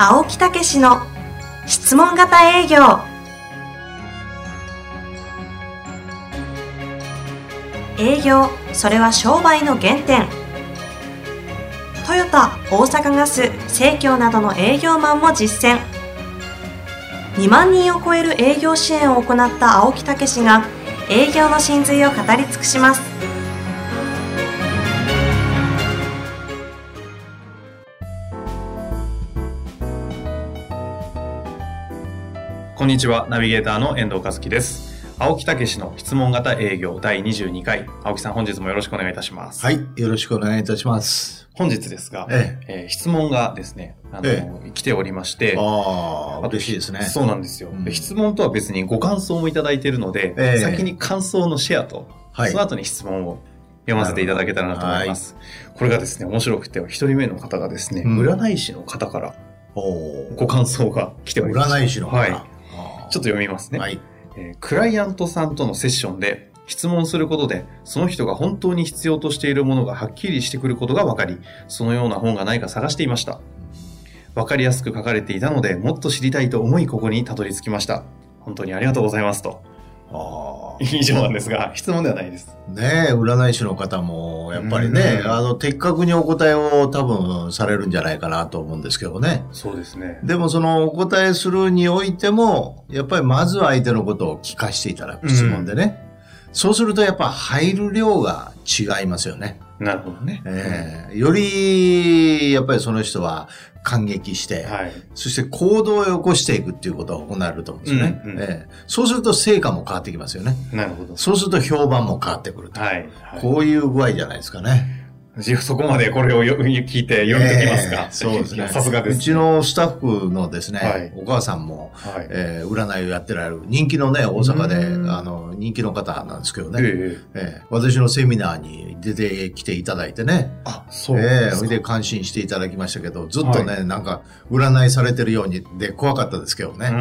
青木武の質問型営業。営業、それは商売の原点。トヨタ、大阪ガス、生協などの営業マンも実践。2万人を超える営業支援を行った青木武が営業の真髄を語り尽くします。 こんにちは、ナビゲーターの遠藤和樹です。青木武の質問型営業第22回。青木さん、本日もよろしくお願いいたします。 はい、よろしくお願いいたします。 本日ですが、質問がですね、来ておりまして、 嬉しいですね。 そうなんですよ。で、質問とは別にご感想もいただいているので、先に感想のシェアと、その後に質問を読ませていただけたらなと思います。これがですね、面白くて、一人目の方がですね、占い師の方からご感想が来ております。 占い師の方。 はい。ちょっと読みますね。はい。クライアントさんとのセッションで質問することでその人が本当に必要としているものがはっきりしてくることが分かり、そのような本がないか探していました。分かりやすく書かれていたのでもっと知りたいと思いここにたどり着きました。本当にありがとうございますと。以上なんですが、質問ではないです。 ねえ、占い師の方もやっぱりね、的確にお答えを多分されるんじゃないかなと思うんですけどね。 そうですね。 でもそのお答えするにおいても、やっぱりまず相手のことを聞かせていただく質問でね。そうするとやっぱ入る量が違いますよね。 なるほどね。 よりやっぱりその人は感激して、そして行動を起こしていくっていうことが行われると思うんですよね。そうすると成果も変わってきますよね。 なるほど。 そうすると評判も変わってくると。こういう具合じゃないですかね。 そこまでこれを聞いて読み解きますか。 そうですね。 さすがです、ね。 うちのスタッフのですね、お母さんも、占いをやってられる人気のね、大阪で人気の方なんですけどね、私のセミナーに出てきていただいてね、それで感心していただきましたけど、ずっとね、なんか占いされてるようにで怖かったですけどね。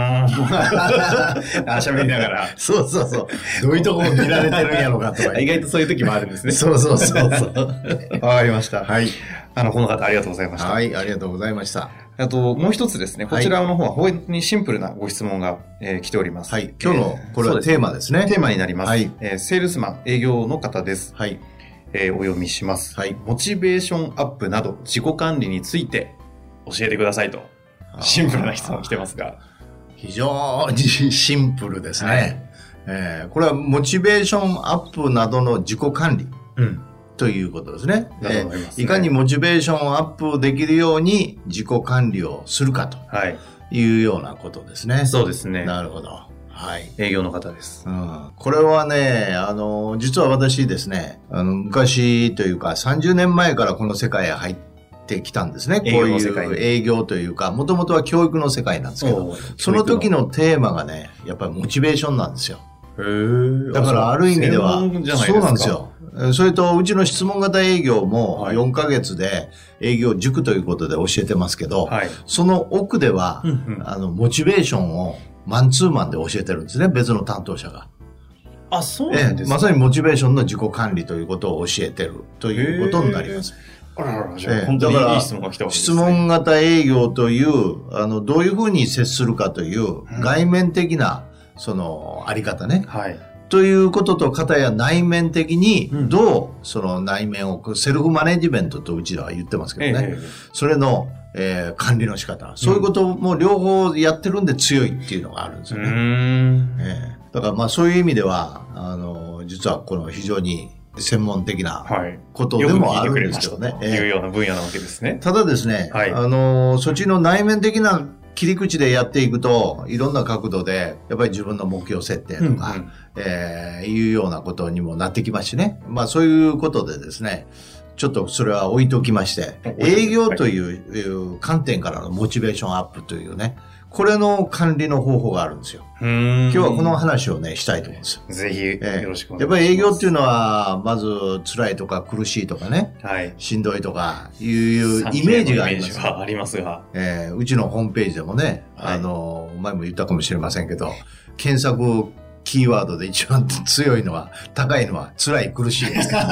喋りながら。 そう。どういうところ見られてるんやろうかとか。 意外とそういう時もあるんですね。 そう。 わかりました。 はい。 この方ありがとうございました。 はい、ありがとうございました。 あと、もう一つですね、こちらの方は本当にシンプルなご質問が、来ております。 はい。今日の、これはテーマですね。 テーマになります。 はい。 セールスマン、営業の方です。 はい。 お読みします。 はい。 モチベーションアップなど、自己管理について教えてくださいと。シンプルな質問来てますが。 非常にシンプルですね。これはモチベーションアップなどの自己管理。ということですね。いかにモチベーションをアップできるように自己管理をするかというようなことですね。 そうですね。 なるほど。はい。 営業の方です。 これはね、実は私ですね、昔というか30年前からこの世界へ入ってきたんですね。こういう営業というか、もともとは教育の世界なんですけど、その時のテーマがね、やっぱりモチベーションなんですよ。だからある意味では、そうなんですよ。それとうちの質問型営業も4ヶ月で営業塾ということで教えてますけど、その奥では、モチベーションをマンツーマンで教えてるんですね、別の担当者が。 そうなんですか。 まさにモチベーションの自己管理ということを教えてるということになります。 本当にいい質問が来たわけですね。 質問型営業という、どういうふうに接するかという外面的な、そのあり方ね。ということと、片や内面的にどうその内面をセルフマネジメントとうちらは言ってますけどね。それの、管理の仕方。そういうことも両方やってるんで強いっていうのがあるんですよね。だからまあそういう意味では、実はこの非常に専門的なことでもあるんですけどね。 いうような分野なわけですね。 ただですね、そっちの内面的な切り口でやっていくと、いろんな角度で、やっぱり自分の目標設定とか、いうようなことにもなってきますしね。まあそういうことでですね、ちょっとそれは置いときまして、営業という観点からのモチベーションアップというね、これの管理の方法があるんですよ。今日はこの話をね、したいと思うんですよ。 ぜひ、よろしくお願いします。 やっぱり営業っていうのは、まず辛いとか苦しいとかね、しんどいとかいうイメージがあります。 ありますが。 うちのホームページでもね、前も言ったかもしれませんけど、検索キーワードで一番強いのは、高いのは辛い苦しいですから、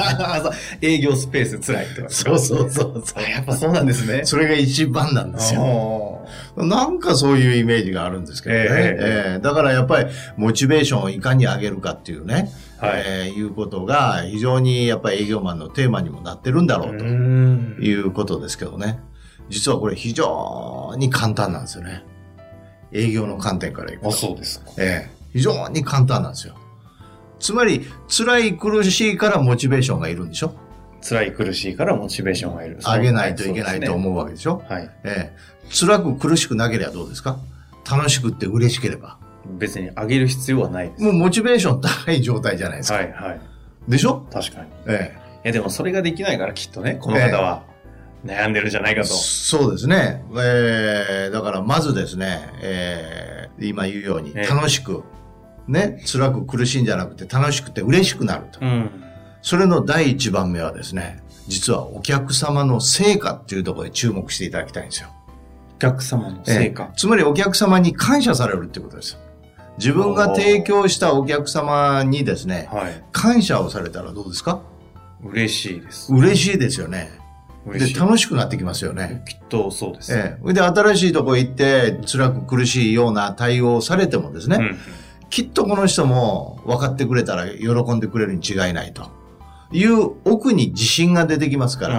ね、営業スペース辛いってことですか。 そう。 やっぱそうなんですね。 それが一番なんですよ。なんかそういうイメージがあるんですけどね。だからやっぱりモチベーションをいかに上げるかっていうね、いうことが非常にやっぱり営業マンのテーマにもなってるんだろうということですけどね。実はこれ非常に簡単なんですよね。営業の観点からいくと。 そうですか。 非常に簡単なんですよ。つまり、辛い苦しいからモチベーションがいるんでしょ。 辛い苦しいからモチベーションがいる。 上げないといけないと思うわけでしょ。辛く苦しくなければどうですか。楽しくって嬉しければ。 別に上げる必要はないです。 もうモチベーション高い状態じゃないですか。でしょ。 確かに。でもそれができないからきっとね、この方は悩んでるんじゃないかと。 そうですね。だからまずですね、今言うように楽しく、ね、辛く苦しいんじゃなくて楽しくて嬉しくなると。それの第一番目はですね、実はお客様の成果っていうところで注目していただきたいんですよ。 お客様の成果。 つまりお客様に感謝されるっていうことです。自分が提供したお客様にですね、感謝をされたらどうですか？ 嬉しいです。 嬉しいですよね。で、楽しくなってきますよね。 きっとそうです。 で、新しいとこ行って辛く苦しいような対応をされてもですね、きっとこの人も分かってくれたら喜んでくれるに違いないという奥に自信が出てきますから、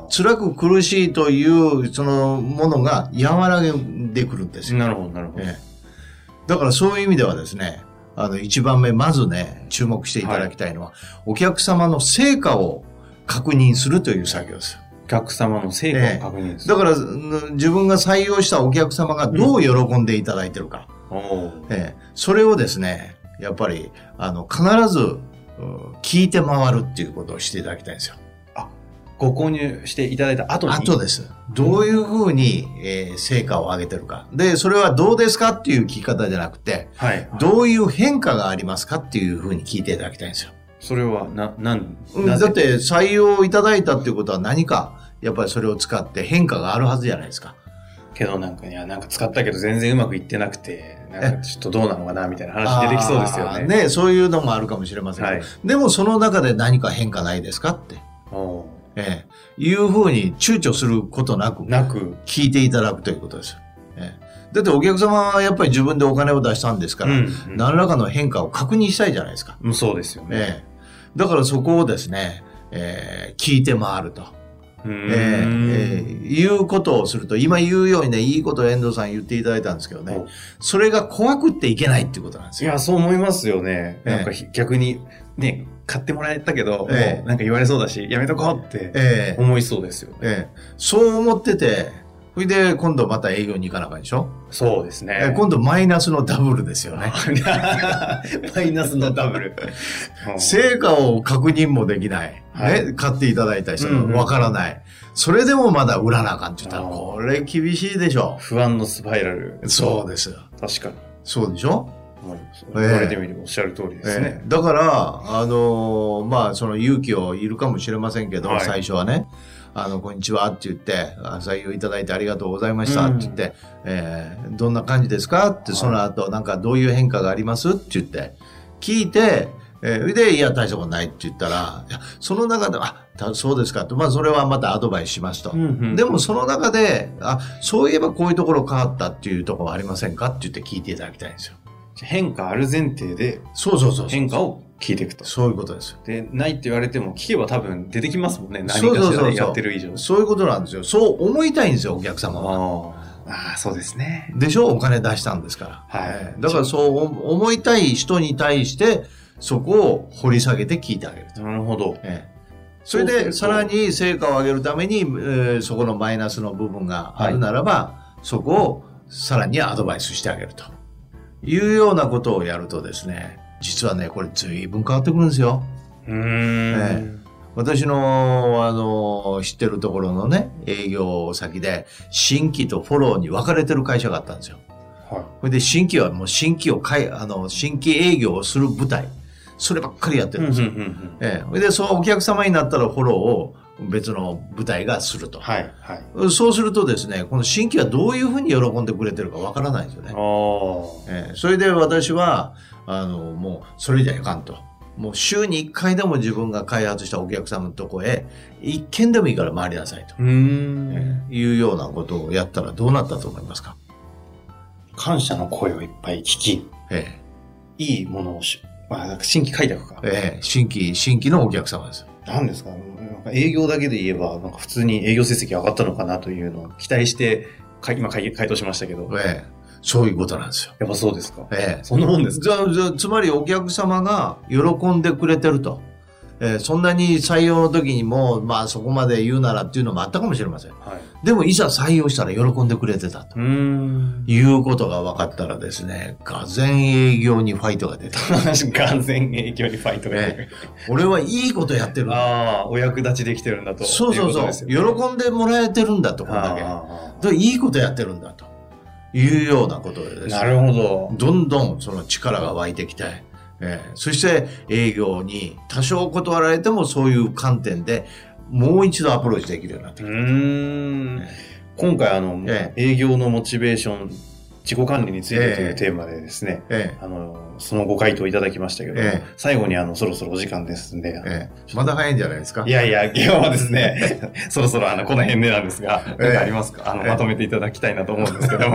辛く苦しいというそのものが和らげてくるんですよ。 なるほど。 だからそういう意味ではですね、一番目、まずね、注目していただきたいのは、お客様の成果を確認するという作業です。 お客様の成果を確認する。 だから自分が採用したお客様がどう喜んでいただいてるか。それをですね、やっぱり必ず聞いて回るっていうことをしていただきたいんですよ。 ご購入していただいた後です。どういうふうに、成果を上げてるか。で、それはどうですかっていう聞き方じゃなくて、どういう変化がありますかっていうふうに聞いていただきたいんですよ。 それはだって採用いただいたっていうことは何か、やっぱりそれを使って変化があるはずじゃないですか。 けどなんか使ったけど全然うまくいってなくて、ちょっとどうなのかなみたいな話出てきそうですよね。 そういうのもあるかもしれませんけど、でもその中で何か変化ないですかって。いうふうに躊躇することなく聞いていただくということです。だってお客様はやっぱり自分でお金を出したんですから、何らかの変化を確認したいじゃないですか。 そうですよね。 だからそこをですね、聞いて回ると。いうことをすると、今言うようにね、いいことを遠藤さん言っていただいたんですけどね、それが怖くっていけないっていうことなんですよ。 いや、そう思いますよね。なんか逆にね、買ってもらえたけど、もうなんか言われそうだし、やめとこうって思いそうですよね。 そう思ってて、それで今度また営業に行かなあかんでしょ。 そうですね。 今度マイナスのダブルですよね。 マイナスのダブル。 成果を確認もできない。買っていただいた人もわからない。それでもまだ売らなあかんって言ったら、これ厳しいでしょ。 不安のスパイラル。 そうです。 確かに。 そうでしょ。 言われてみればおっしゃる通りですね。 だから、その勇気をいるかもしれませんけど、最初はね、こんにちはって言って、採用いただいてありがとうございましたって言って、どんな感じですかって、その後、なんかどういう変化がありますって言って、聞いて、で、いや、大したことないって言ったら、いや、その中で、そうですかと、それはまたアドバイスしますと。でも、その中で、そういえばこういうところ変わったっていうところはありませんかって言って聞いていただきたいんですよ。 変化ある前提で、変化を聞いていくと。 そういうことです。 で、ないって言われても聞けば多分出てきますもんね。何かしらやってる以上。 そういうことなんですよ。そう思いたいんですよ、お客様は。 そうですね。 でしょ、お金出したんですから。だからそう思いたい人に対して、そこを掘り下げて聞いてあげると。 なるほど。 それで、さらに成果を上げるために、そこのマイナスの部分があるならば、そこをさらにアドバイスしてあげると。いうようなことをやるとですね、実はね、これ随分変わってくるんですよ。私の、知ってるところのね、営業先で、新規とフォローに分かれてる会社があったんですよ。それで新規はもう新規営業をする舞台、そればっかりやってるんですよ。それで、そうお客様になったらフォローを別の部隊がすると。 はいはい。 そうするとですね、この新規はどういうふうに喜んでくれてるかわからないんですよね。それで私は、もう、それじゃいかんと。もう週に1回でも自分が開発したお客様のとこへ、1件でもいいから回りなさいと。いうようなことをやったらどうなったと思いますか？ 感謝の声をいっぱい聞き、いいものを新規開拓か。 新規のお客様です。 何ですか？なんか営業だけで言えば、なんか普通に営業成績上がったのかなというのを期待して、今回答しましたけど。 そういうことなんですよ。 やっぱそうですか。そんなもんですか。 つまりお客様が喜んでくれてると。そんなに採用の時にも、まあそこまで言うならっていうのもあったかもしれません。でもいざ採用したら喜んでくれてたと。いうことが分かったらですね、がぜん営業にファイトが出てる。がぜん営業にファイトが出てる。 俺はいいことやってるんだ。 お役立ちできてるんだと。 そう。喜んでもらえてるんだと、こんだけ。いいことやってるんだと。いうようなことでですね。 なるほど。 どんどんその力が湧いてきて、そして営業に多少断られてもそういう観点でもう一度アプローチできるようになってきた。 今回営業のモチベーション、自己管理についてというテーマでですね、そのご回答いただきましたけど、最後にそろそろお時間ですんで、 まだ早いんじゃないですか？ いやいや、今日はですね、そろそろこの辺でなんですが、何かありますか？まとめていただきたいなと思うんですけども。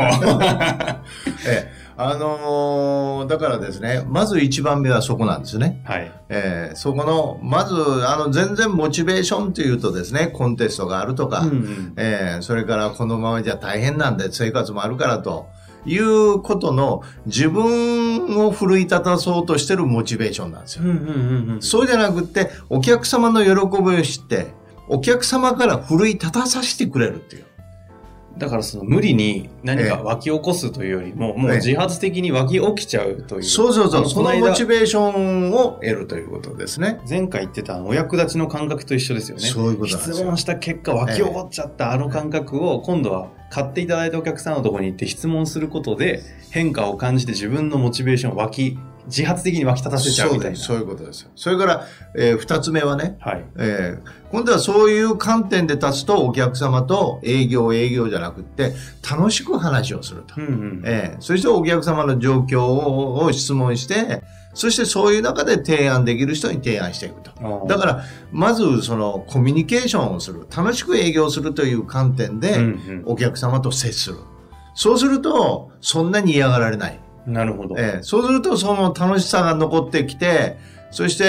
だからですね、まず一番目はそこなんですね。そこの、まず、全然モチベーションというとですね、コンテストがあるとか、それからこのままじゃ大変なんで生活もあるからということの自分を奮い立たそうとしてるモチベーションなんですよ。そうじゃなくって、お客様の喜びを知って、お客様から奮い立たさせてくれるっていう。 だから無理に何か湧き起こすというよりも、もう自発的に湧き起きちゃうという。 そう。そのモチベーションを得るということですね。 前回言ってたお役立ちの感覚と一緒ですよね。 そういうことなんですよ。 質問した結果湧き起こっちゃった感覚を今度は買っていただいたお客さんのところに行って質問することで変化を感じて自分のモチベーションを自発的に湧き立たせちゃうみたいな。 そういうことですよ。それから、二つ目はね、今度はそういう観点で立つとお客様と営業じゃなくって楽しく話をすると。そしてお客様の状況を質問して、そしてそういう中で提案できる人に提案していくと。だから、まずそのコミュニケーションをする。楽しく営業するという観点でお客様と接する。そうすると、そんなに嫌がられない。 なるほど。 そうするとその楽しさが残ってきて、そして、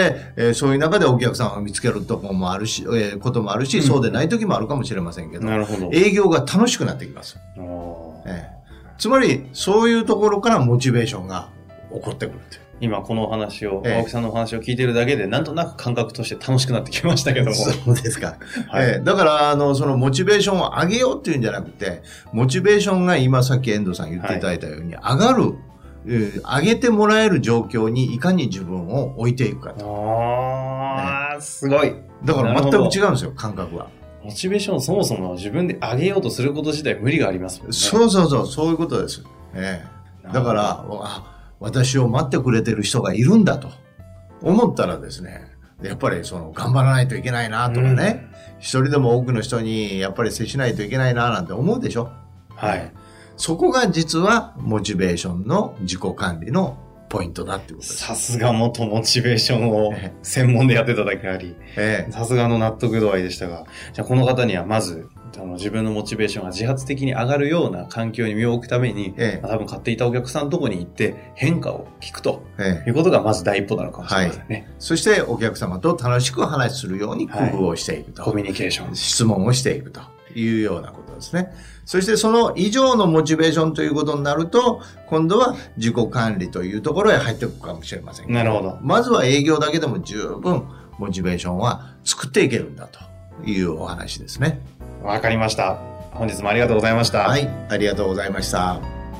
そういう中でお客さんを見つけるところもあるし、こともあるし、そうでない時もあるかもしれませんけど、営業が楽しくなってきます。つまり、そういうところからモチベーションが起こってくるという。 今このお話を、青木さんのお話を聞いてるだけで、なんとなく感覚として楽しくなってきましたけども。 そうですか。だから、そのモチベーションを上げようっていうんじゃなくて、モチベーションが今さっき遠藤さん言っていただいたように、上がる。上げてもらえる状況にいかに自分を置いていくかと。 すごい。 だから全く違うんですよ、感覚は。 モチベーションをそもそも自分で上げようとすること自体無理がありますもんね。 そういうことです。だから、私を待ってくれてる人がいるんだと思ったらですね、やっぱり頑張らないといけないなとかね、一人でも多くの人にやっぱり接しないといけないななんて思うでしょ。そこが実はモチベーションの自己管理のポイントだっていうことです。 さすが元モチベーションを専門でやってただけあり、さすがの納得度合いでしたが、じゃあこの方にはまず自分のモチベーションが自発的に上がるような環境に身を置くために、多分買っていたお客さんのところに行って変化を聞くということがまず第一歩なのかもしれませんね。 そしてお客様と楽しく話するように工夫をしていくと。 コミュニケーション。 質問をしていくというようなことですね。そしてその以上のモチベーションということになると、今度は自己管理というところへ入っていくかもしれませんけど。 なるほど。 まずは営業だけでも十分モチベーションは作っていけるんだというお話ですね。 わかりました。本日もありがとうございました。 はい、ありがとうございました。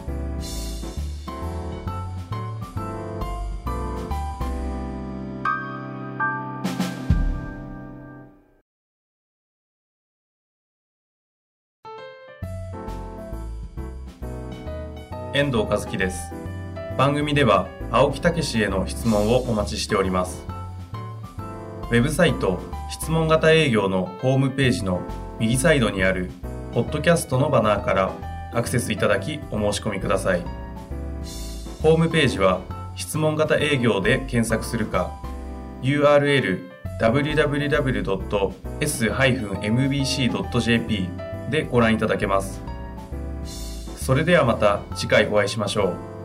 遠藤和樹です。番組では青木武への質問をお待ちしております。ウェブサイト質質問型営業のホームページの右サイドにあるポッドキャストのバナーからアクセスいただきお申し込みください。ホームページは質問型営業で検索するか URL www.s-mbc.jp でご覧いただけます。それではまた次回お会いしましょう。